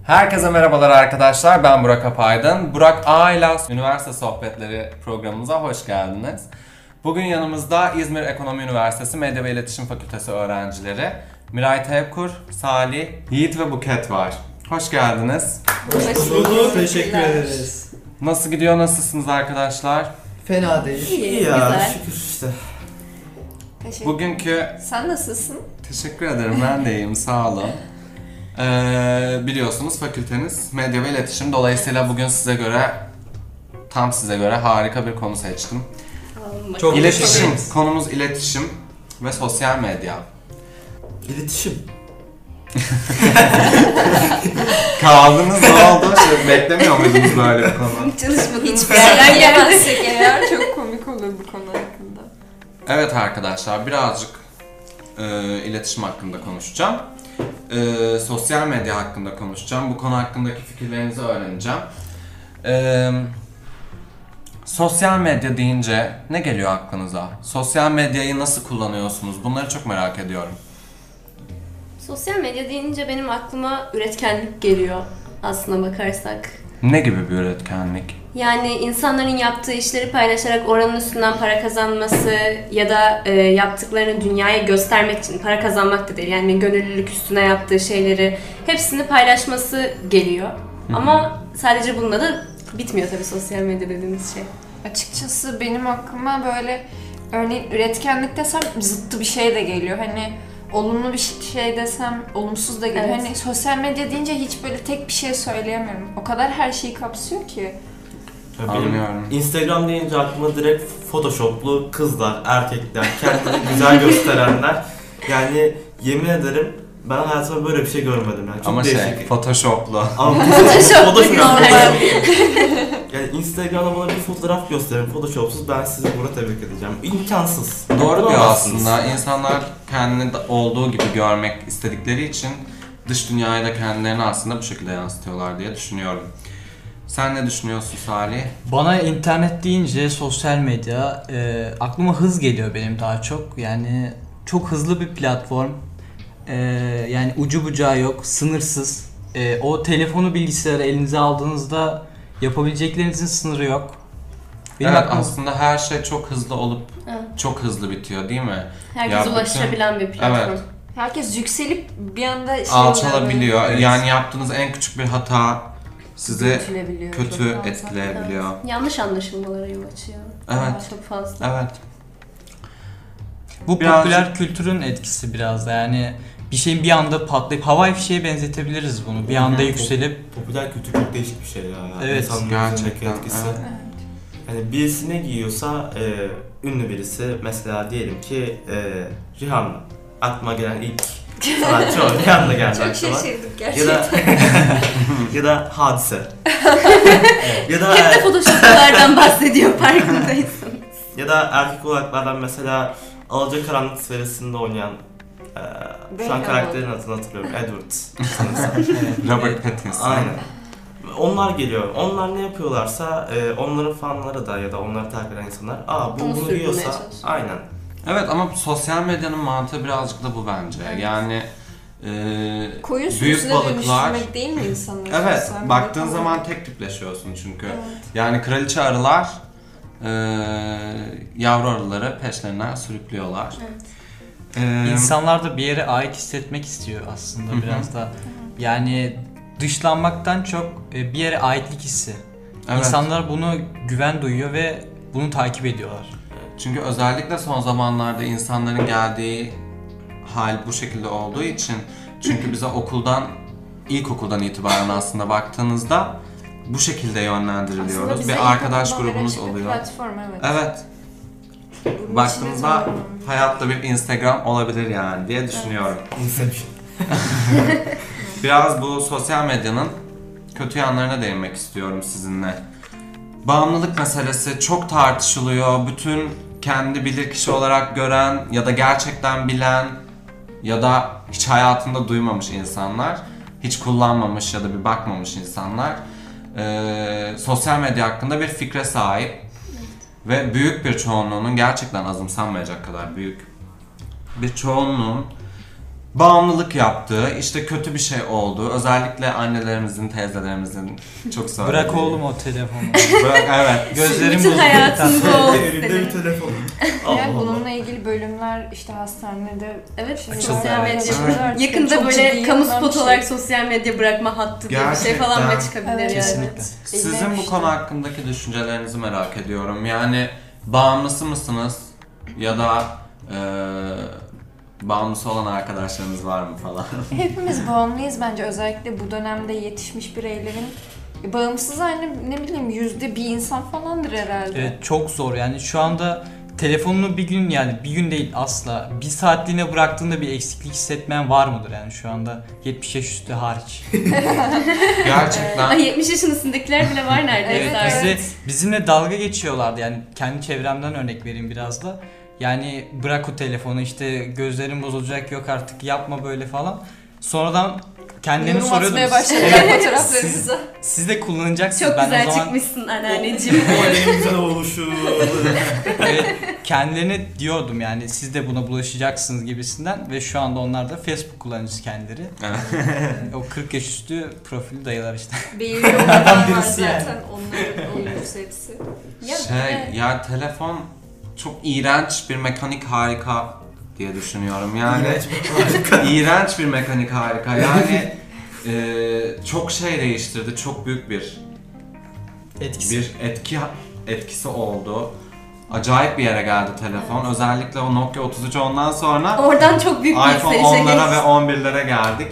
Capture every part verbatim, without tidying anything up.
Herkese merhabalar arkadaşlar, ben Burak Apaydın. Burak A ile Üniversite Sohbetleri programımıza hoş geldiniz. Bugün yanımızda İzmir Ekonomi Üniversitesi Medya ve İletişim Fakültesi öğrencileri Miray Tevkur, Salih, Yiğit ve Buket var. Hoş geldiniz. Hoş bulduk. Teşekkür ederiz. Nasıl gidiyor, nasılsınız arkadaşlar? Fena değil. İyi, İyi ya, güzel. şükür işte. Teşekkür. Bugünkü... Sen nasılsın? Teşekkür ederim, ben de iyiyim, sağ olun. Ee, biliyorsunuz fakülteniz medya ve iletişim, dolayısıyla bugün size göre, tam size göre harika bir konu seçtim. Tamam, Çok İletişim, teşekkür ederiz. konumuz iletişim ve sosyal medya. İletişim. Kaldınız, ne oldu? Şey, beklemiyor muydunuz böyle bir konu? Çalışmadım. Hiç bir yerden gelmezsek eğer çok komik olur bu konu hakkında. Evet arkadaşlar, birazcık e, iletişim hakkında konuşacağım. E, sosyal medya hakkında konuşacağım. Bu konu hakkındaki fikirlerinizi öğreneceğim. E, sosyal medya deyince ne geliyor aklınıza? Sosyal medyayı nasıl kullanıyorsunuz? Bunları çok merak ediyorum. Sosyal medya deyince benim aklıma üretkenlik geliyor aslına bakarsak. Ne gibi bir üretkenlik? Yani insanların yaptığı işleri paylaşarak oranın üstünden para kazanması ya da e, yaptıklarını dünyaya göstermek için para kazanmak da değil. Yani gönüllülük üstüne yaptığı şeyleri hepsini paylaşması geliyor. Hı-hı. Ama sadece bununla da bitmiyor tabii sosyal medya dediğimiz şey. Açıkçası benim aklıma böyle örneğin üretkenlik desem zıttı bir şey de geliyor. Hani olumlu bir şey desem olumsuz da geliyor. Evet. Hani sosyal medya deyince hiç böyle tek bir şey söyleyemiyorum. O kadar her şeyi kapsıyor ki. Benim Anlıyorum. Instagram deyince aklıma direkt photoshoplu kızlar, erkekler, kendini güzel gösterenler. Yani yemin ederim ben hayatımda böyle bir şey görmedim yani. Çok Ama değişik. şey, photoshoplu. Ama Photoshoplu Photoshop normal. Yani Instagram'da bana bir fotoğraf gösterin Photoshop'suz, ben sizi burada tebrik edeceğim. İmkansız. Doğru diyor Bulamazsınız. aslında. İnsanlar kendini de olduğu gibi görmek istedikleri için dış dünyayı da kendilerini aslında bu şekilde yansıtıyorlar diye düşünüyorum. Sen ne düşünüyorsun Salih? Bana internet deyince sosyal medya e, aklıma hız geliyor benim daha çok. Yani çok hızlı bir platform. E, yani ucu bucağı yok, sınırsız. E, o telefonu, bilgisayarı elinize aldığınızda yapabileceklerinizin sınırı yok. Benim evet aklıma- aslında her şey çok hızlı olup Evet. çok hızlı bitiyor değil mi? Herkes Ya bütün- ulaşabilen bir platform. Evet. Herkes yükselip bir anda şey Alçalabiliyor. Evet. Yani yaptığınız en küçük bir hata sizi Büyütülebiliyor çok kötü fazla. etkileyebiliyor. Yanlış anlaşılmalara yol açıyor. Evet. Çok fazla. Evet. Bu Birazcık- popüler kültürün etkisi biraz da, yani bir şeyin bir anda patlayıp havai fişeğe benzetebiliriz bunu. Bir anda Hı hı. yükselip Popüler kültür çok değişik bir şey ya. Yani Evet, İnsanın gerçekten, üzerindeki etkisi. evet. Hani birisi ne giyiyorsa, e, ünlü birisi, mesela diyelim ki e, Rihanna. Aklıma gelen ilk sanatçı o. Rihanna geldi Çok aklıma. şaşırdık Ya gerçekten. da ya da Hadise. ya da Hep de photoshoplardan bahsediyor farkındaysan. ya da erkek olaraklardan mesela Alacakaranlık serisinde oynayan e, şu an Beckham karakterin adını hatırlıyorum. Edward. sanırsam. Robert Pattinson. Aynen. Onlar geliyor. Onlar ne yapıyorlarsa e, onların fanları da ya da onları takip eden insanlar, aa bu Onu bunu sürdürmeye giyiyorsa çalışıyor. aynen. Evet ama sosyal medyanın mantığı birazcık da bu bence. Yani e, Koyun büyük sürüsüne balıklar. dönüştürmek değil mi insanları? Evet, sosyal medya? baktığın Tamam. zaman tek tipleşiyorsun çünkü. Evet. Yani kraliçe arılar e, yavru arıları peşlerinden sürüklüyorlar. Evet. E, insanlar da bir yere ait hissetmek istiyor aslında Hı hı. biraz da. Yani dışlanmaktan çok e, bir yere aitlik hissi. evet. İnsanlar bunu güven duyuyor ve bunu takip ediyorlar. Çünkü özellikle son zamanlarda insanların geldiği hal bu şekilde olduğu için, çünkü bize okuldan, ilkokuldan itibaren aslında baktığınızda bu şekilde yönlendiriliyoruz. Aslında bize Bir arkadaş ilkokuldan beri grubumuz açık bir oluyor. Platform, evet. Evet. Bunun içine Baktığımızda zorlanmam. hayatta bir Instagram olabilir yani diye düşünüyorum. Inception. Biraz bu sosyal medyanın kötü yanlarına değinmek istiyorum sizinle. Bağımlılık meselesi çok tartışılıyor. Bütün kendi bilirkişi olarak gören ya da gerçekten bilen ya da hiç hayatında duymamış insanlar, hiç kullanmamış ya da bir bakmamış insanlar eee, sosyal medya hakkında bir fikre sahip. Ve büyük bir çoğunluğunun, gerçekten azımsanmayacak kadar büyük bir çoğunluğun bağımlılık yaptığı, işte kötü bir şey oldu. Özellikle annelerimizin, teyzelerimizin çok söylediği. Bırak oğlum o telefonu. Bırak, evet. Gözlerim Bütün bozuldu. hayatında o. Elinde bir telefon. Allah Yani Allah. bununla ilgili bölümler işte hastanede Evet, şeyler sosyal var, medya. şeyler çıkıyor. Yakında Çok böyle ciddi kamu yandan spotu bir olarak sosyal medya bırakma hattı diye bir şey falan bile Gerçekten. çıkabilir Evet. yani. Kesinlikle. Sizin bu işte. konu hakkındaki düşüncelerinizi merak ediyorum. Yani bağımlısı mısınız? Ya da eee bağımlısı olan arkadaşlarınız var mı falan? Hepimiz bağımlıyız bence, özellikle bu dönemde yetişmiş bireylerin. Bağımsız aynı ne bileyim yüzde bir insan falandır herhalde. Evet, çok zor yani şu anda telefonunu bir gün, yani bir gün değil asla, bir saatliğine bıraktığında bir eksiklik hissetmeyen var mıdır yani şu anda yetmiş yaş üstü hariç? Gerçekten. Ay yetmiş yaşın üstündekiler bile var neredeyse Evet, artık. bize, bizimle dalga geçiyorlardı yani, kendi çevremden örnek vereyim biraz da. Yani bırak o telefonu, işte gözlerin bozulacak, yok artık yapma böyle falan. Sonradan kendilerini Yorum atmaya soruyordum. başladılar Evet, fotoğraflarımıza. siz de kullanacaksınız. Çok ben güzel o zaman, çıkmışsın anneanneciğim. O en güzel oluşu. evet, kendilerine diyordum yani siz de buna bulaşacaksınız gibisinden ve şu anda onlar da Facebook kullanıcısı kendileri. O kırk yaş üstü profil dayılar işte. Belirli yollardan var birisi yani. zaten onların oyuncusu hepsi. Ya, Şey, ya telefon çok iğrenç bir mekanik harika diye düşünüyorum. Yani İğrenç bir harika. iğrenç bir mekanik harika. Yani eee, çok şey değiştirdi. Çok büyük bir Etkisi. bir etki etkisi oldu. Acayip bir yere geldi telefon. Özellikle o Nokia otuz üç ondan sonra oradan çok büyük bir iPhone yükselişe onlara ve geçti. on birlere geldik.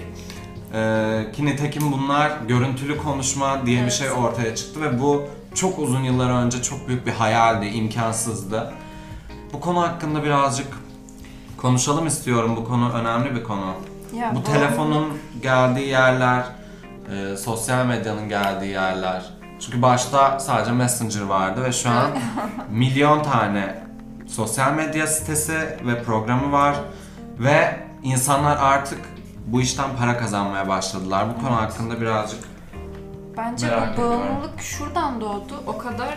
Ee, ki nitekim bunlar görüntülü konuşma diye bir Evet. şey ortaya çıktı ve bu çok uzun yıllar önce çok büyük bir hayaldi, imkansızdı. Bu konu hakkında birazcık konuşalım istiyorum. Bu konu önemli bir konu. Ya, Bu telefonun geldiği yerler, e, sosyal medyanın geldiği yerler. Çünkü başta sadece Messenger vardı ve şu an milyon tane sosyal medya sitesi ve programı var ve insanlar artık bu işten para kazanmaya başladılar. Bu konu hakkında birazcık Bence Merak bu ediyorum. bağımlılık şuradan doğdu. O kadar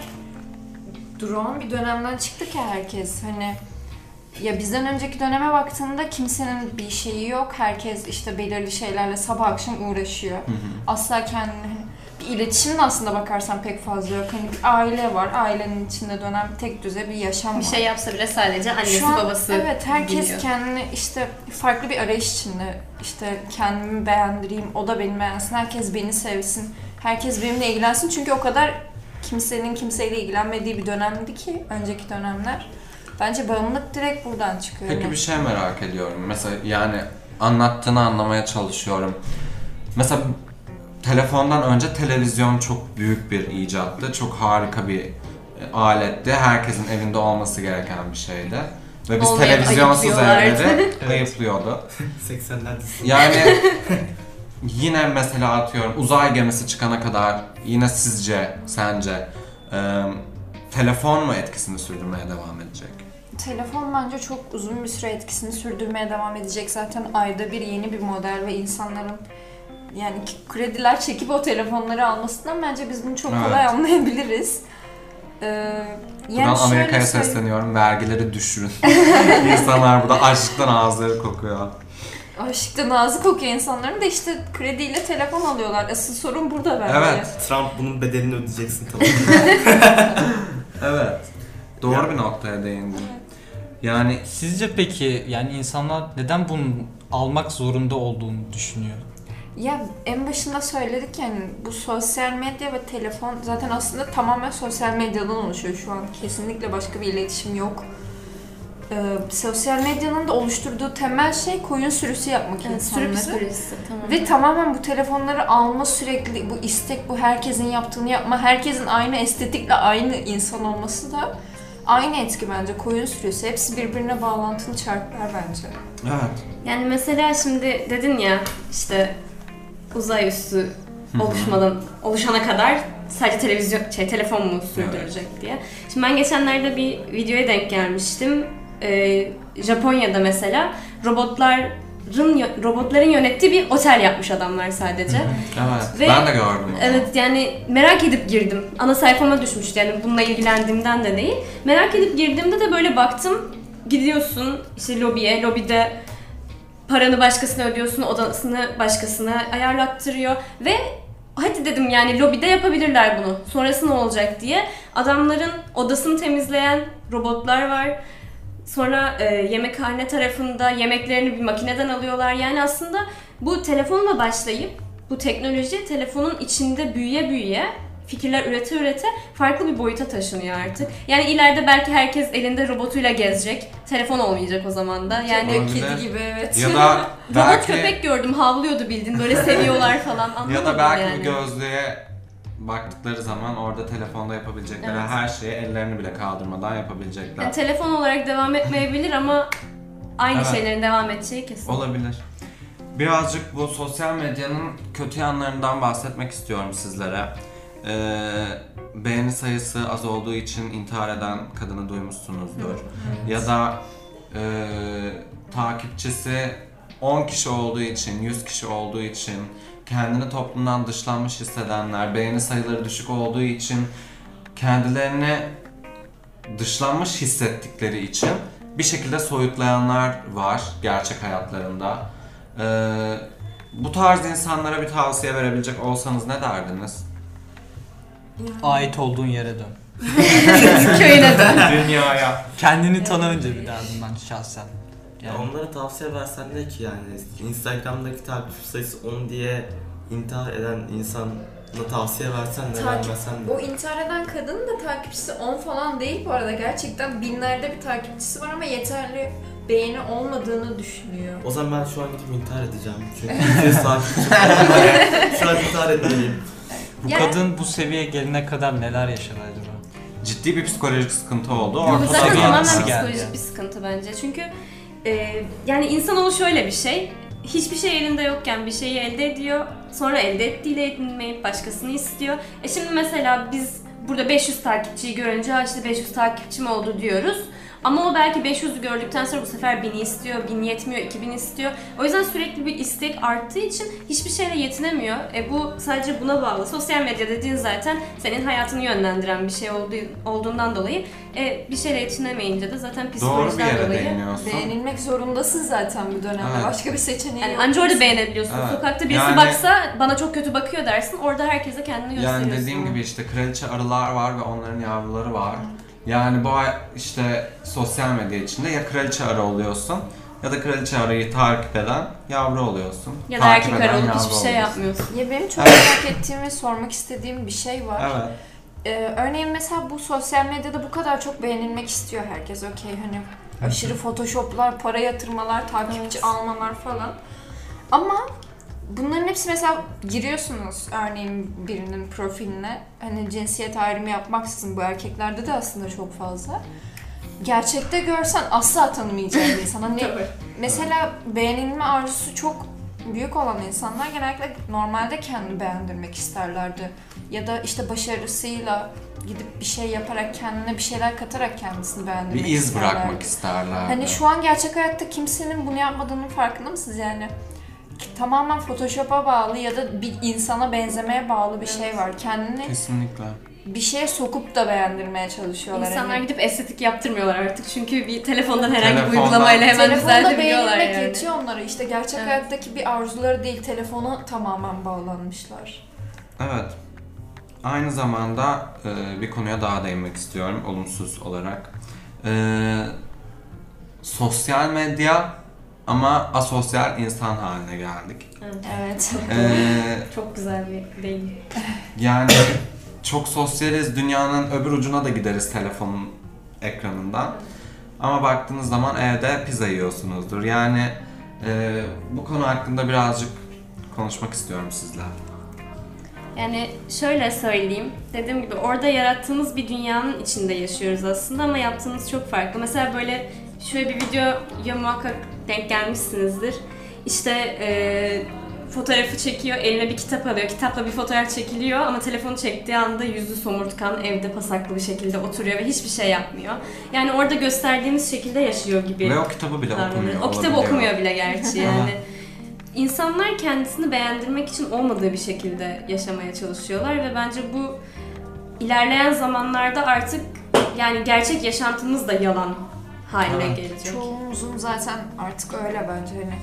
durağan bir dönemden çıktı ki herkes. Hani ya bizden önceki döneme baktığında kimsenin bir şeyi yok. Herkes işte belirli şeylerle sabah akşam uğraşıyor. Asla kendini hani bir iletişimin aslında bakarsan pek fazla yok. Hani bir aile var. Ailenin içinde dönen tek düze bir yaşam var. Bir şey yapsa bile sadece annesi Şu an, babası evet, herkes biliyor. kendini işte farklı bir arayış içinde, işte kendimi beğendireyim, o da beni beğensin, herkes beni sevsin, herkes benimle ilgilensin, çünkü o kadar kimsenin kimseyle ilgilenmediği bir dönemdi ki önceki dönemler. Bence bağımlılık direkt buradan çıkıyor. Peki Yani. bir şey merak ediyorum. Mesela yani anlattığını anlamaya çalışıyorum. Mesela telefondan önce televizyon çok büyük bir icattı. Çok harika bir e, aletti. Herkesin evinde olması gereken bir şeydi. Ve biz Olmayan televizyonsuz ayıplıyorlardı. evleri ayıplıyordu. seksenler dizisi. Yani yine mesela atıyorum uzay gemisi çıkana kadar yine sizce, sence e, telefon mu etkisini sürdürmeye devam edecek? Telefon bence çok uzun bir süre etkisini sürdürmeye devam edecek. Zaten ayda bir yeni bir model ve insanların yani krediler çekip o telefonları almasından bence biz bunu çok Evet. kolay anlayabiliriz. Ee, yani Buradan Amerika'ya şöyle söyleyeyim. sesleniyorum, vergileri düşürün. İnsanlar burada açlıktan ağızları kokuyor. Aşıkta nazı kokuyor insanların da işte krediyle telefon alıyorlar. Asıl sorun burada bence. Evet. Trump bunun bedelini ödeyeceksin tamam. Evet. Doğru Ya- bir noktaya değindin. Yani Sizce peki yani insanlar neden bunun almak zorunda olduğunu düşünüyor? Ya en başında söyledik yani bu sosyal medya ve telefon zaten aslında tamamen sosyal medyadan oluşuyor şu an. Kesinlikle başka bir iletişim yok. Ee, sosyal medyanın da oluşturduğu temel şey koyun sürüsü yapmak Evet, insanları. sürü psikolojisi tamam. Ve tamamen bu telefonları alma sürekli, bu istek, bu herkesin yaptığını yapma, herkesin aynı estetikle aynı insan olması da aynı etki bence. Koyun sürüsü. Hepsi birbirine bağlantılı çarklar bence. evet. Yani mesela şimdi dedin ya işte uzay üstü oluşmadan oluşana kadar sadece televizyon şey telefon mu sürdürecek diye. Şimdi ben geçenlerde bir videoya denk gelmiştim. Ee, Japonya'da mesela robotların robotların yönettiği bir otel yapmış adamlar sadece. Evet. Ve- ben de gördüm onu. Evet yani merak edip girdim. Ana sayfama düşmüştü yani bununla ilgilendiğimden de değil. Merak edip girdiğimde de böyle baktım. Gidiyorsun işte lobiye, lobide paranı başkasına ödüyorsun, odasını başkasına ayarlattırıyor ve hadi dedim yani lobide yapabilirler bunu. Sonrası ne olacak diye. Adamların odasını temizleyen robotlar var. Sonra e, yemekhane tarafında yemeklerini bir makineden alıyorlar. Yani aslında bu telefonla başlayıp bu teknoloji telefonun içinde büyüye büyüye fikirler ürete ürete farklı bir boyuta taşınıyor artık. Yani ileride belki herkes elinde robotuyla gezecek. Telefon olmayacak o zaman da. Yani Olabilir. Kedi gibi evet. Ya da robot belki köpek gördüm, havlıyordu bildiğin, böyle seviyorlar falan, anlamadım ya da belki yani. bir gözlüğe baktıkları zaman orada telefonda yapabilecekleri Evet. her şeyi ellerini bile kaldırmadan yapabilecekler. Yani telefon olarak devam etmeyebilir ama aynı Evet. şeylerin devam edeceği kesin. Olabilir. Birazcık bu sosyal medyanın kötü yanlarından bahsetmek istiyorum sizlere. Ee, beğeni sayısı az olduğu için intihar eden kadını duymuşsunuzdur. Evet. Ya da e, takipçisi on kişi olduğu için, yüz kişi olduğu için kendini toplumdan dışlanmış hissedenler, beğeni sayıları düşük olduğu için kendilerini dışlanmış hissettikleri için bir şekilde soyutlayanlar var gerçek hayatlarında. Ee, bu tarz insanlara bir tavsiye verebilecek olsanız ne derdiniz? Ait olduğun yere dön. Köyüne dön. Dünyaya. Kendini tanı önce bir derdim ben şahsen. Ya Yani onlara tavsiye versen ne ki yani? Instagram'daki takipçi sayısı on diye intihar eden insana tavsiye versen de Takip- vermesen de. O intihar eden kadının da takipçisi on falan değil bu arada. Gerçekten binlerde bir takipçisi var ama yeterli beğeni olmadığını düşünüyor. O zaman ben şu an gidip intihar edeceğim. Çünkü siz takipçim olmaya. Şu an intihar etmeliyim. bu Yani- kadın bu seviyeye gelene kadar neler yaşadı acaba? Ciddi bir psikolojik sıkıntı oldu. Bu Ortada zaten geldi. tamamen Geldi. psikolojik bir sıkıntı bence. Çünkü e, yani insanoğlu şöyle bir şey. Hiçbir şey elinde yokken bir şeyi elde ediyor. Sonra elde ettiğiyle edinmeyip başkasını istiyor. E şimdi mesela biz burada beş yüz takipçiyi görünce ha işte beş yüz takipçim oldu diyoruz. Ama o belki beş yüzü gördükten sonra bu sefer bini istiyor, bin yetmiyor, iki bin istiyor. O yüzden sürekli bir istek arttığı için hiçbir şeyle yetinemiyor. E bu sadece buna bağlı. Sosyal medya dediğin zaten senin hayatını yönlendiren bir şey olduğu, olduğundan dolayı e, bir şeyle yetinemeyince de zaten Doğru bir psikolojiden yere dolayı. değiniyorsun. Beğenilmek zorundasın zaten bu dönemde. Evet. Başka bir seçeneği Yani yok. anca orada beğenebiliyorsun. Evet. Sokakta birisi Yani- baksa bana çok kötü bakıyor dersin. Orada herkese kendini gösteriyorsun. Yani dediğim gibi işte kraliçe arılar var ve onların yavruları var. Yani bu ay- işte sosyal medya içinde ya kraliçe arı oluyorsun ya da kraliçe arıyı takip eden yavru oluyorsun. Ya da Takip erkek arı eden olup yavru hiçbir şey oluyorsun. yapmıyorsun. Ya benim çok Evet. merak ettiğim ve sormak istediğim bir şey var. Evet. Ee, örneğin mesela bu sosyal medyada bu kadar çok beğenilmek istiyor herkes. Okey hani aşırı photoshoplar, para yatırmalar, takipçi Evet. almalar falan. Ama bunların hepsi mesela giriyorsunuz örneğin birinin profiline. Hani cinsiyet ayrımı yapmaksızın bu erkeklerde de aslında çok fazla. Gerçekte görsen asla tanımayacağın bir insan. Hani Tabii. mesela beğenilme arzusu çok büyük olan insanlar genellikle normalde kendini beğendirmek isterlerdi. Ya da işte başarısıyla gidip bir şey yaparak kendine bir şeyler katarak kendisini beğendirmek Bir iz isterlerdi. bırakmak isterler. Hani şu an gerçek hayatta kimsenin bunu yapmadığının farkında mısınız yani? Ki tamamen Photoshop'a bağlı ya da bir insana benzemeye bağlı bir şey var. Kendini Kesinlikle. bir şeye sokup da beğendirmeye çalışıyorlar. İnsanlar hani. gidip estetik yaptırmıyorlar artık. Çünkü bir telefondan herhangi bir Telefondan- uygulamayla hemen Telefonda düzeltebiliyorlar beğenilmek yani. yetiyor onlara. İşte gerçek Evet. hayattaki bir arzuları değil, telefona tamamen bağlanmışlar. Evet. Aynı zamanda e, bir konuya daha değinmek istiyorum olumsuz olarak. E, sosyal medya ama asosyal insan haline geldik. Evet. E, Çok güzel bir deyim. yani çok sosyaliz, dünyanın öbür ucuna da gideriz telefonun ekranından. Ama baktığınız zaman evde pizza yiyorsunuzdur. Yani e, bu konu hakkında birazcık konuşmak istiyorum sizle. Yani şöyle söyleyeyim, dediğim gibi orada yarattığımız bir dünyanın içinde yaşıyoruz aslında ama yaptığımız çok farklı. Mesela böyle şöyle bir videoya muhakkak denk gelmişsinizdir. İşte e, fotoğrafı çekiyor, eline bir kitap alıyor, kitapla bir fotoğraf çekiliyor ama telefonu çektiği anda yüzü somurtkan, evde pasaklı bir şekilde oturuyor ve hiçbir şey yapmıyor. Yani orada gösterdiğimiz şekilde yaşıyor gibi. Ve o kitabı bile davranıyor. okumuyor. O kitabı olabiliyor. okumuyor bile gerçi yani. İnsanlar kendisini beğendirmek için olmadığı bir şekilde yaşamaya çalışıyorlar ve bence bu ilerleyen zamanlarda artık yani gerçek yaşantımız da yalan haline Evet. gelecek. Çoğumuzun zaten artık öyle bence hani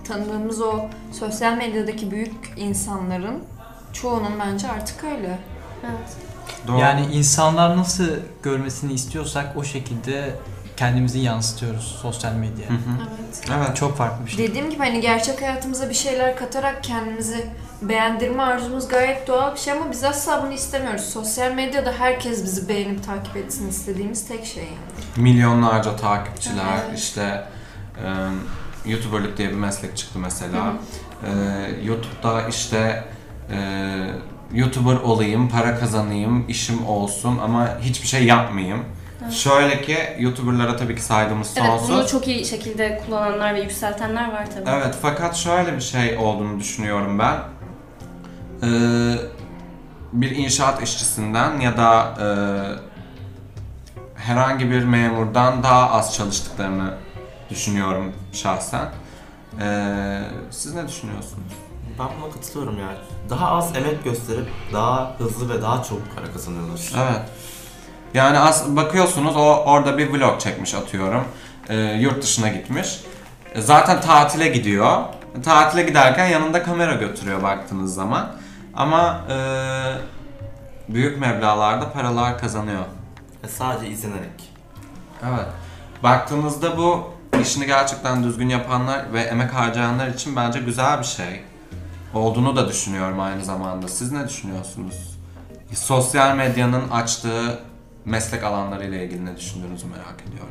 tanıdığımız o sosyal medyadaki büyük insanların çoğunun bence artık öyle. Evet. Doğru. Yani insanlar nasıl görmesini istiyorsak o şekilde kendimizi yansıtıyoruz sosyal medyaya. Hı hı. Evet. Evet. Çok farklı bir şey. Dediğim gibi hani gerçek hayatımıza bir şeyler katarak kendimizi beğendirme arzumuz gayet doğal bir şey ama biz asla bunu istemiyoruz. Sosyal medyada herkes bizi beğenip takip etsin istediğimiz tek şey yani. Milyonlarca takipçiler, Evet. işte e, YouTuber'lık diye bir meslek çıktı mesela. E, YouTube'da işte e, YouTuber olayım, para kazanayım, işim olsun ama hiçbir şey yapmayayım. Evet. Şöyle ki YouTuber'lara tabii ki saygımız Evet, sonsuz. bunu çok iyi şekilde kullananlar ve yükseltenler var tabii. Evet, fakat şöyle bir şey olduğunu düşünüyorum ben. Ee, bir inşaat işçisinden ya da e, herhangi bir memurdan daha az çalıştıklarını düşünüyorum şahsen. Ee, siz ne düşünüyorsunuz? Ben buna katılıyorum yani. Daha az emek gösterip daha hızlı ve daha çabuk para kazanıyorlar. Evet. Yani as bakıyorsunuz o orada bir vlog çekmiş atıyorum. Ee, yurt dışına gitmiş. E, zaten tatile gidiyor. Tatile giderken yanında kamera götürüyor baktığınız zaman. Ama e, büyük meblağlarda paralar kazanıyor. E sadece izlenerek. Evet. Baktığınızda bu işini gerçekten düzgün yapanlar ve emek harcayanlar için bence güzel bir şey. Olduğunu da düşünüyorum aynı zamanda. Siz ne düşünüyorsunuz? Sosyal medyanın açtığı meslek alanlarıyla ilgili ne düşündüğünüzü merak ediyorum.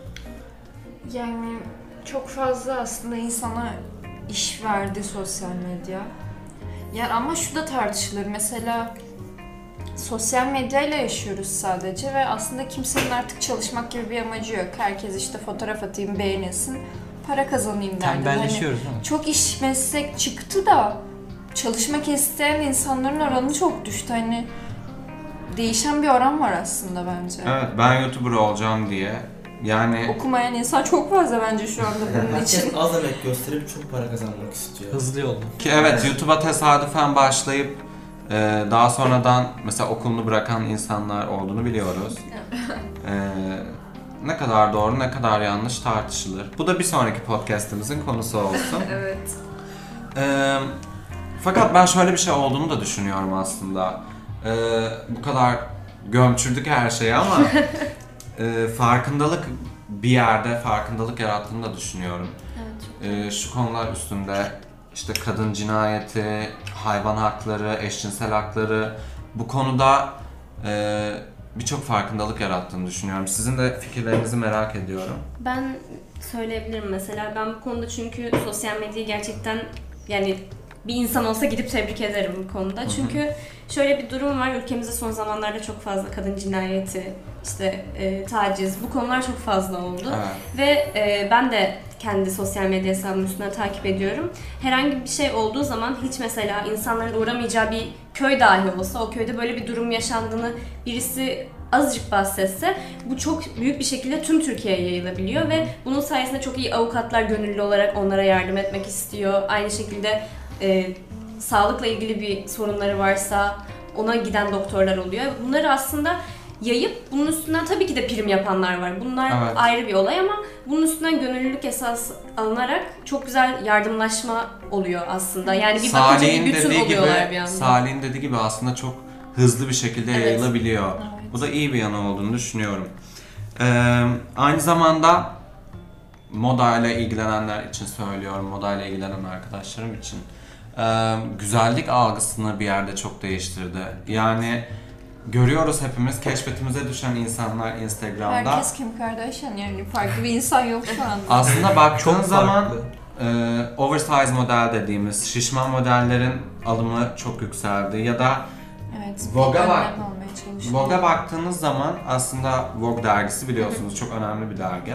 Yani çok fazla aslında insana iş verdi sosyal medya. Yani ama şu da tartışılır. Mesela sosyal medyayla yaşıyoruz sadece ve aslında kimsenin artık çalışmak gibi bir amacı yok. Herkes işte fotoğraf atayım, beğenilsin, para kazanayım derdi. Hani Tembelleşiyoruz değil mi? çok iş meslek çıktı da çalışmak isteyen insanların oranı çok düştü. Hani değişen bir oran var aslında bence. Evet, ben YouTuber olacağım diye. Yani Okumayan insan çok fazla bence şu anda bunun için. Herkes az emek gösterip çok para kazanmak istiyor. Hızlı yolda. ki evet YouTube'a tesadüfen başlayıp e, daha sonradan mesela okulunu bırakan insanlar olduğunu biliyoruz. E, ne kadar doğru, ne kadar yanlış tartışılır. Bu da bir sonraki podcast'imizin konusu olsun. Evet. Ee, fakat ben şöyle bir şey olduğunu da düşünüyorum aslında. Ee, bu kadar gömçürdük her şeyi ama e, farkındalık bir yerde farkındalık yarattığını da düşünüyorum. Evet. Ee, şu konular üstünde işte kadın cinayeti, hayvan hakları, eşcinsel hakları bu konuda e, birçok farkındalık yarattığını düşünüyorum. Sizin de fikirlerinizi merak ediyorum. Ben söyleyebilirim mesela. Ben bu konuda çünkü sosyal medyayı gerçekten yani bir insan olsa gidip tebrik ederim bu konuda. Çünkü şöyle bir durum var. Ülkemizde son zamanlarda çok fazla kadın cinayeti, işte e, taciz bu konular çok fazla oldu. Evet. Ve e, ben de kendi sosyal medya hesabımın üstünden takip ediyorum. Herhangi bir şey olduğu zaman hiç mesela insanların uğramayacağı bir köy dahi olsa o köyde böyle bir durum yaşandığını birisi azıcık bahsetse bu çok büyük bir şekilde tüm Türkiye'ye yayılabiliyor ve bunun sayesinde çok iyi avukatlar gönüllü olarak onlara yardım etmek istiyor. Aynı şekilde e, sağlıkla ilgili bir sorunları varsa ona giden doktorlar oluyor. Bunları aslında yayıp bunun üstünden tabii ki de prim yapanlar var. Bunlar Evet. ayrı bir olay ama bunun üstünden gönüllülük esas alınarak çok güzel yardımlaşma oluyor aslında. Yani bir bakınca bir Salih'in bütün dediği oluyorlar bir gibi, anda. Salih'in dediği gibi aslında çok hızlı bir şekilde Evet. yayılabiliyor. Evet. Bu da iyi bir yanı olduğunu düşünüyorum. Ee, aynı zamanda moda ile ilgilenenler için söylüyorum, moda ile ilgilenen arkadaşlarım için. Ee, güzellik algısını bir yerde çok değiştirdi. Yani görüyoruz hepimiz keşfetimize düşen insanlar Instagram'da. Herkes Kim Kardashian yani farklı bir insan yok şu anda. Aslında baktığın Çok zaman farklı. e, oversize model dediğimiz şişman modellerin alımı çok yükseldi ya da Evet. Vogue'a bir bak. önlem almaya çalışıyor. Vogue'a baktığınız zaman aslında Vogue dergisi biliyorsunuz çok önemli bir dergi.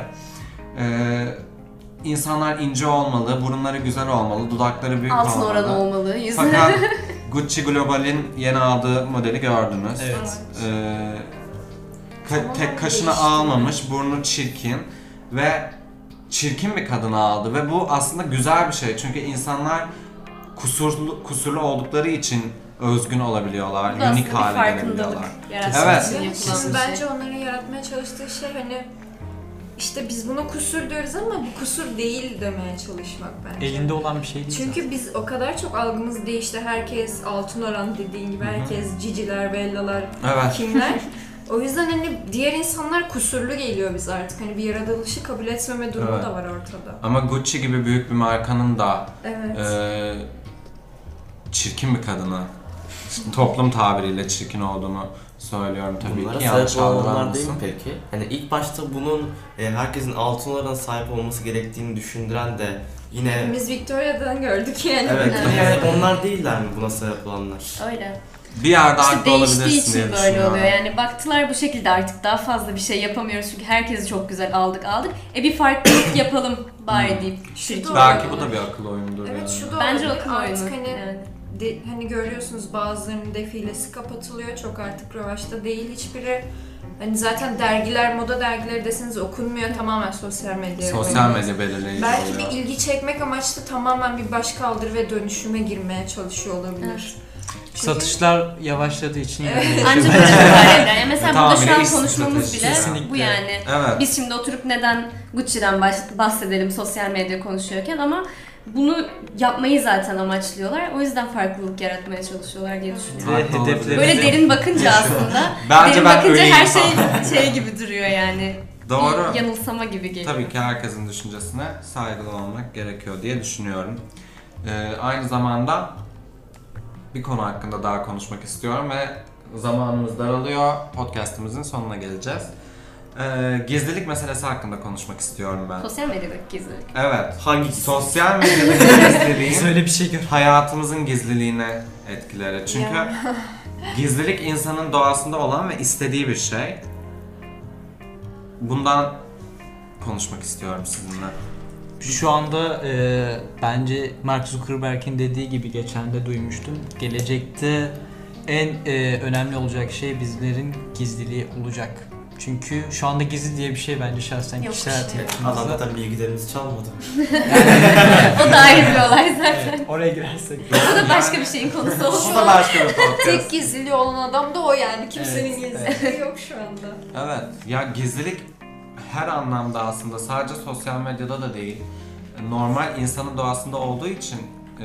Ee, insanlar ince olmalı, burunları güzel olmalı, dudakları büyük Altın olmalı. oranı olmalı, yüzü. Fakat Gucci Global'in yeni aldığı modeli gördünüz. Evet. Ee, ka- Tamamen tek kaşını değişti. almamış, burnu çirkin ve çirkin bir kadını aldı ve bu aslında güzel bir şey çünkü insanlar kusurlu kusurlu oldukları için özgün olabiliyorlar, Bu da unik aslında bir hale farkındalık gelebiliyorlar. yaratmak Evet. için Ve yapılan şimdi bir şey. bence onların yaratmaya çalıştığı şey hani işte biz buna kusur diyoruz ama bu kusur değil demeye çalışmak bence. Elinde olan bir şey değil. Çünkü biz o kadar çok algımız değişti. Herkes altın oran dediğin gibi, herkes ciciler, bellalar, Evet. kimler. O yüzden hani diğer insanlar kusurlu geliyor bize artık. Hani bir yaratılışı kabul etmeme durumu Evet. da var ortada. Ama Gucci gibi büyük bir markanın da Evet. e, çirkin bir kadını, toplum tabiriyle çirkin olduğunu söylüyorum tabii Bunlara ki, yanlış sahip olanlar değil algılanmasın. mi peki? Hani ilk başta bunun e, herkesin altın oranına sahip olması gerektiğini düşündüren de yine... Biz Victoria'dan gördük yani. Evet, Evet. yani onlar değiller mi buna sebep olanlar? Öyle. Bir yerde İşte haklı değiştiği olabilirsin diye için böyle düşünüyorum. oluyor. Yani baktılar bu şekilde artık daha fazla bir şey yapamıyoruz çünkü herkesi çok güzel aldık aldık. E bir farklılık yapalım bari deyip şirket. Doğru. Belki bu da bir akıl oyunudur Evet, yani. şu da Bence olabilir. akıl oyunu. Artık hani, Yani. de, hani görüyorsunuz bazılarının defilesi kapatılıyor. Çok artık revaçta değil hiçbiri. Hani zaten dergiler, moda dergileri deseniz okunmuyor, tamamen sosyal medya. Sosyal yönelik. medya belirleyici Belki oluyor. bir ilgi çekmek amaçlı tamamen bir başkaldırı ve dönüşüme girmeye çalışıyor olabilir. Evet. Çünkü- Satışlar yavaşladığı için Evet. yani Ancak böyle bir yani mesela burada şu Tamamıyla an iş konuşmamız stratejisi bile kesinlikle. bu yani. Evet. Biz şimdi oturup neden Gucci'den baş- bahsedelim sosyal medya konuşuyorken ama bunu yapmayı zaten amaçlıyorlar. O yüzden farklılık yaratmaya çalışıyorlar diye düşünüyorum. ve Haklı olabilir. hedefleri Böyle derin bakınca aslında, Bence derin ben bakınca öyleyim her falan. şey şey gibi duruyor yani. Doğru. Bir yanılsama gibi geliyor. Tabii ki herkesin düşüncesine saygılı olmak gerekiyor diye düşünüyorum. Ee, aynı zamanda bir konu hakkında daha konuşmak istiyorum ve zamanımız daralıyor. Podcast'ımızın sonuna geleceğiz. Ee, gizlilik meselesi hakkında konuşmak istiyorum ben. Sosyal medyadaki gizlilik. Evet. Hangi Sosyal medyadaki gizliliğin Öyle bir şey gör. hayatımızın gizliliğine etkileri. Çünkü Ya. gizlilik insanın doğasında olan ve istediği bir şey. Bundan konuşmak istiyorum sizinle. Şu anda e, bence Mark Zuckerberg'in dediği gibi geçen de duymuştum. Gelecekte en e, önemli olacak şey bizlerin gizliliği olacak. Çünkü şu anda gizli diye bir şey bence şahsen Yok kişisel işte. hayatımızda. Allah'tan bilgilerimizi çalmadı. O da ayrı bir olay zaten. Evet, oraya girersek. O da başka bir şeyin konusu Bu olsun. da başka bir podcast. Tek gizliliği olan adam da o yani. Kimsenin Evet, gizliliği yok şu anda. Evet, ya gizlilik her anlamda aslında, sadece sosyal medyada da değil, normal insanın doğasında olduğu için e,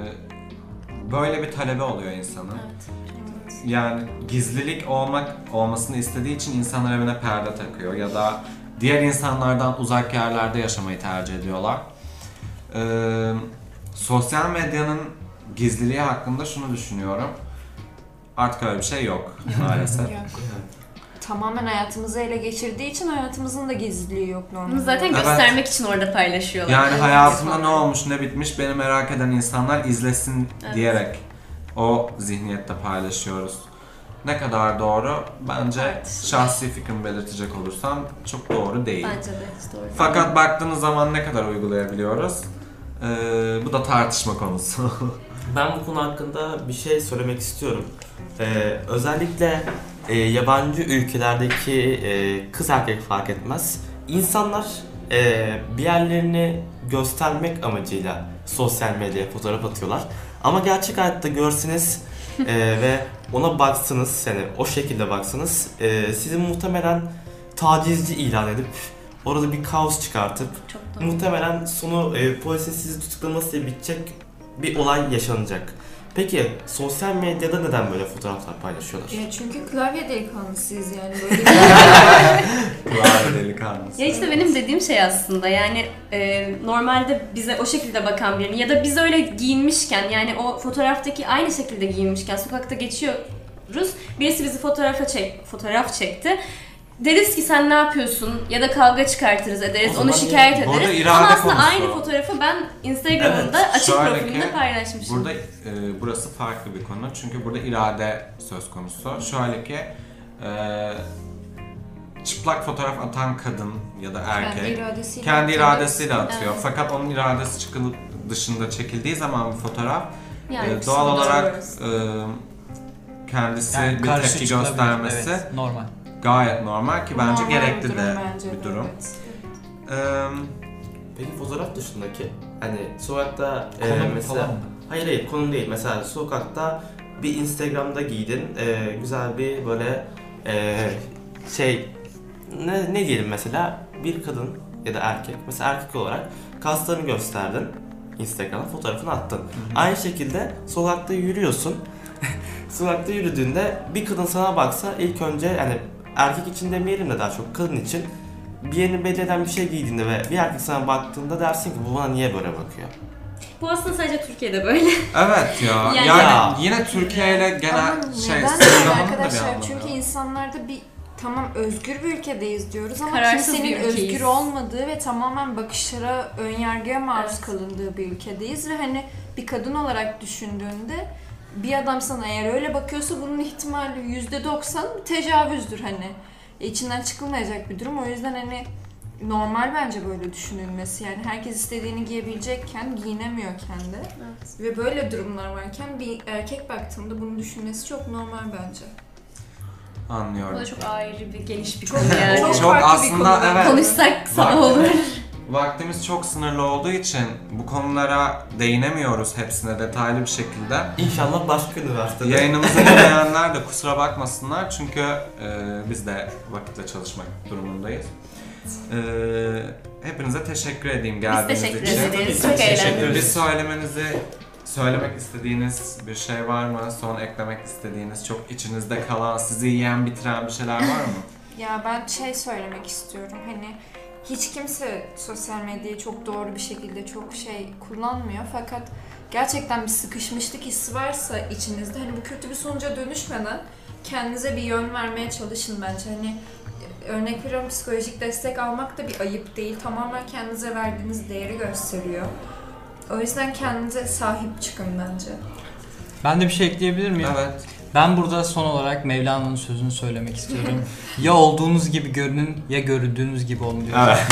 böyle bir talebi oluyor insanın. Yani gizlilik olmak olmasını istediği için insanlar evine perde takıyor ya da diğer insanlardan uzak yerlerde yaşamayı tercih ediyorlar. E, sosyal medyanın gizliliği hakkında şunu düşünüyorum. Artık öyle bir şey yok maalesef. Yok. Tamamen hayatımızı ele geçirdiği için hayatımızın da gizliliği yok normalde. Bunu zaten Evet. göstermek için orada paylaşıyorlar. Yani hayatımda ne olmuş, ne bitmiş, beni merak eden insanlar izlesin Evet. diyerek o zihniyette paylaşıyoruz. Ne kadar doğru? Bence Tartışılır. şahsi fikrimi belirtecek olursam çok doğru değil. Bence de hiç doğru. Fakat baktığınız zaman ne kadar uygulayabiliyoruz? Ee, bu da tartışma konusu. Ben bu konu hakkında bir şey söylemek istiyorum. Ee, özellikle e, yabancı ülkelerdeki e, kız erkek fark etmez. İnsanlar e, bir yerlerini göstermek amacıyla sosyal medyaya fotoğraf atıyorlar. Ama gerçek hayatta görseniz e, ve ona baksanız, yani o şekilde baksanız, e, sizi muhtemelen tacizci ilan edip orada bir kaos çıkartıp Çok doğru. muhtemelen sonu e, polisin sizi tutuklamasıyla bitecek bir olay yaşanacak. Peki sosyal medyada neden böyle fotoğraflar paylaşıyorlar? Ya çünkü klavye delikanlısıyız yani böyle bir Kulağı delikanlısı. Ya işte benim dediğim şey aslında yani e, normalde bize o şekilde bakan birini ya da biz öyle giyinmişken yani o fotoğraftaki aynı şekilde giyinmişken sokakta geçiyoruz. Birisi bizi fotoğrafa çek, fotoğraf çekti. Deriz ki sen ne yapıyorsun ya da kavga çıkartırız ederiz, O onu zaman şikayet burada ederiz. irade Ama aslında konusu. aynı fotoğrafı ben Instagram'da Evet, açık şöyle profilimde ki, paylaşmışım. Burada e, burası farklı bir konu çünkü burada irade söz konusu. Şöyle ki e, çıplak fotoğraf atan kadın ya da erkek kendi iradesiyle. kendi atıyor. iradesiyle atıyor. Evet. Fakat onun iradesi çıkılıp dışında çekildiği zaman bir fotoğraf Yani e, kısmı doğal olarak doğruyoruz. e, kendisi Yani bir karşı tepki çıkılabilir, göstermesi evet, normal. gayet normal ki bence Normal gerekli bir durum de bence de, bir durum. evet. E, Peki fotoğraf dışındaki, hani sokakta e, Konu mesela... falan mı? Hayır hayır, konu değil. Mesela sokakta bir Instagram'da giydin, e, güzel bir böyle e, şey, ne, ne diyelim mesela, bir kadın ya da erkek, mesela erkek olarak kaslarını gösterdin, Instagram'a fotoğrafını attın. Hı-hı. Aynı şekilde sokakta yürüyorsun. Sokakta yürüdüğünde bir kadın sana baksa ilk önce, yani erkek için demeyelim de daha çok kadın için, bir yerini belli eden bir şey giydiğinde ve bir erkek sana baktığında dersin ki bu bana niye böyle bakıyor? Bu aslında sadece Türkiye'de böyle. Evet ya. Yani- Yani, Ya. yine Türkiye ile genel Ama şey neden sınırlamanın böyle da bir arkadaşlar? anlamı Çünkü yok. insanlarda bir tamam özgür bir ülkedeyiz diyoruz ama Kararsız kimsenin bir ülkeyiz. özgür olmadığı ve tamamen bakışlara, önyargıya maruz Evet. kalındığı bir ülkedeyiz ve hani bir kadın olarak düşündüğünde bir adam sana eğer öyle bakıyorsa bunun ihtimali yüzde doksan tecavüzdür hani. E, içinden çıkılmayacak bir durum. O yüzden hani normal bence böyle düşünülmesi. Yani herkes istediğini giyebilecekken giyinemiyor kendi. Evet. Ve böyle durumlar varken bir erkek baktığında bunu düşünmesi çok normal bence. Anlıyorum. Bu da çok ayrı bir geniş bir Çok- konu yani. çok, farklı bir aslında konu. evet. Konuşsak sabah Vakti- olur. Vaktimiz çok sınırlı olduğu için bu konulara değinemiyoruz hepsine detaylı bir şekilde. İnşallah başka üniversitede. Yayınımızı dinleyenler de kusura bakmasınlar çünkü e, biz de vakitle çalışmak durumundayız. E, hepinize teşekkür edeyim Biz geldiğiniz teşekkür için. ederiz. Tabii Çok ki. Teşekkür eğlendik. ederiz. Bir söylemenizi, söylemek istediğiniz bir şey var mı? Son eklemek istediğiniz, çok içinizde kalan, sizi yiyen, bitiren bir şeyler var mı? Ya ben şey söylemek istiyorum, hani hiç kimse sosyal medyayı çok doğru bir şekilde çok şey kullanmıyor fakat gerçekten bir sıkışmışlık hissi varsa içinizde hani bu kötü bir sonuca dönüşmeden kendinize bir yön vermeye çalışın bence. Hani örnek veriyorum, psikolojik destek almak da bir ayıp değil, tamamen kendinize verdiğiniz değeri gösteriyor. O yüzden kendinize sahip çıkın bence. Ben de bir şey ekleyebilir miyim? Evet. Ben burada son olarak Mevlana'nın sözünü söylemek istiyorum. Ya olduğunuz gibi görünün ya görüldüğünüz gibi olun diyor. Evet.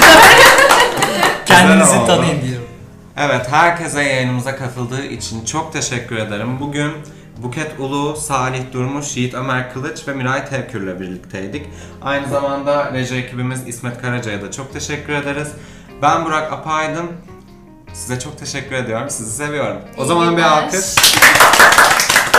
Kendinizi Güzel oldu. tanıyın diyorum. Evet, herkese yayınımıza katıldığı için çok teşekkür ederim. Bugün Buket Ulu, Salih Durmuş, Yiğit Ömer Kılıç ve Miray Tevkür'le birlikteydik. Aynı zamanda reji ekibimiz İsmet Karaca'ya da çok teşekkür ederiz. Ben Burak Apaydın. Size çok teşekkür ediyorum. Sizi seviyorum. O İyi zaman bir günler. alkış.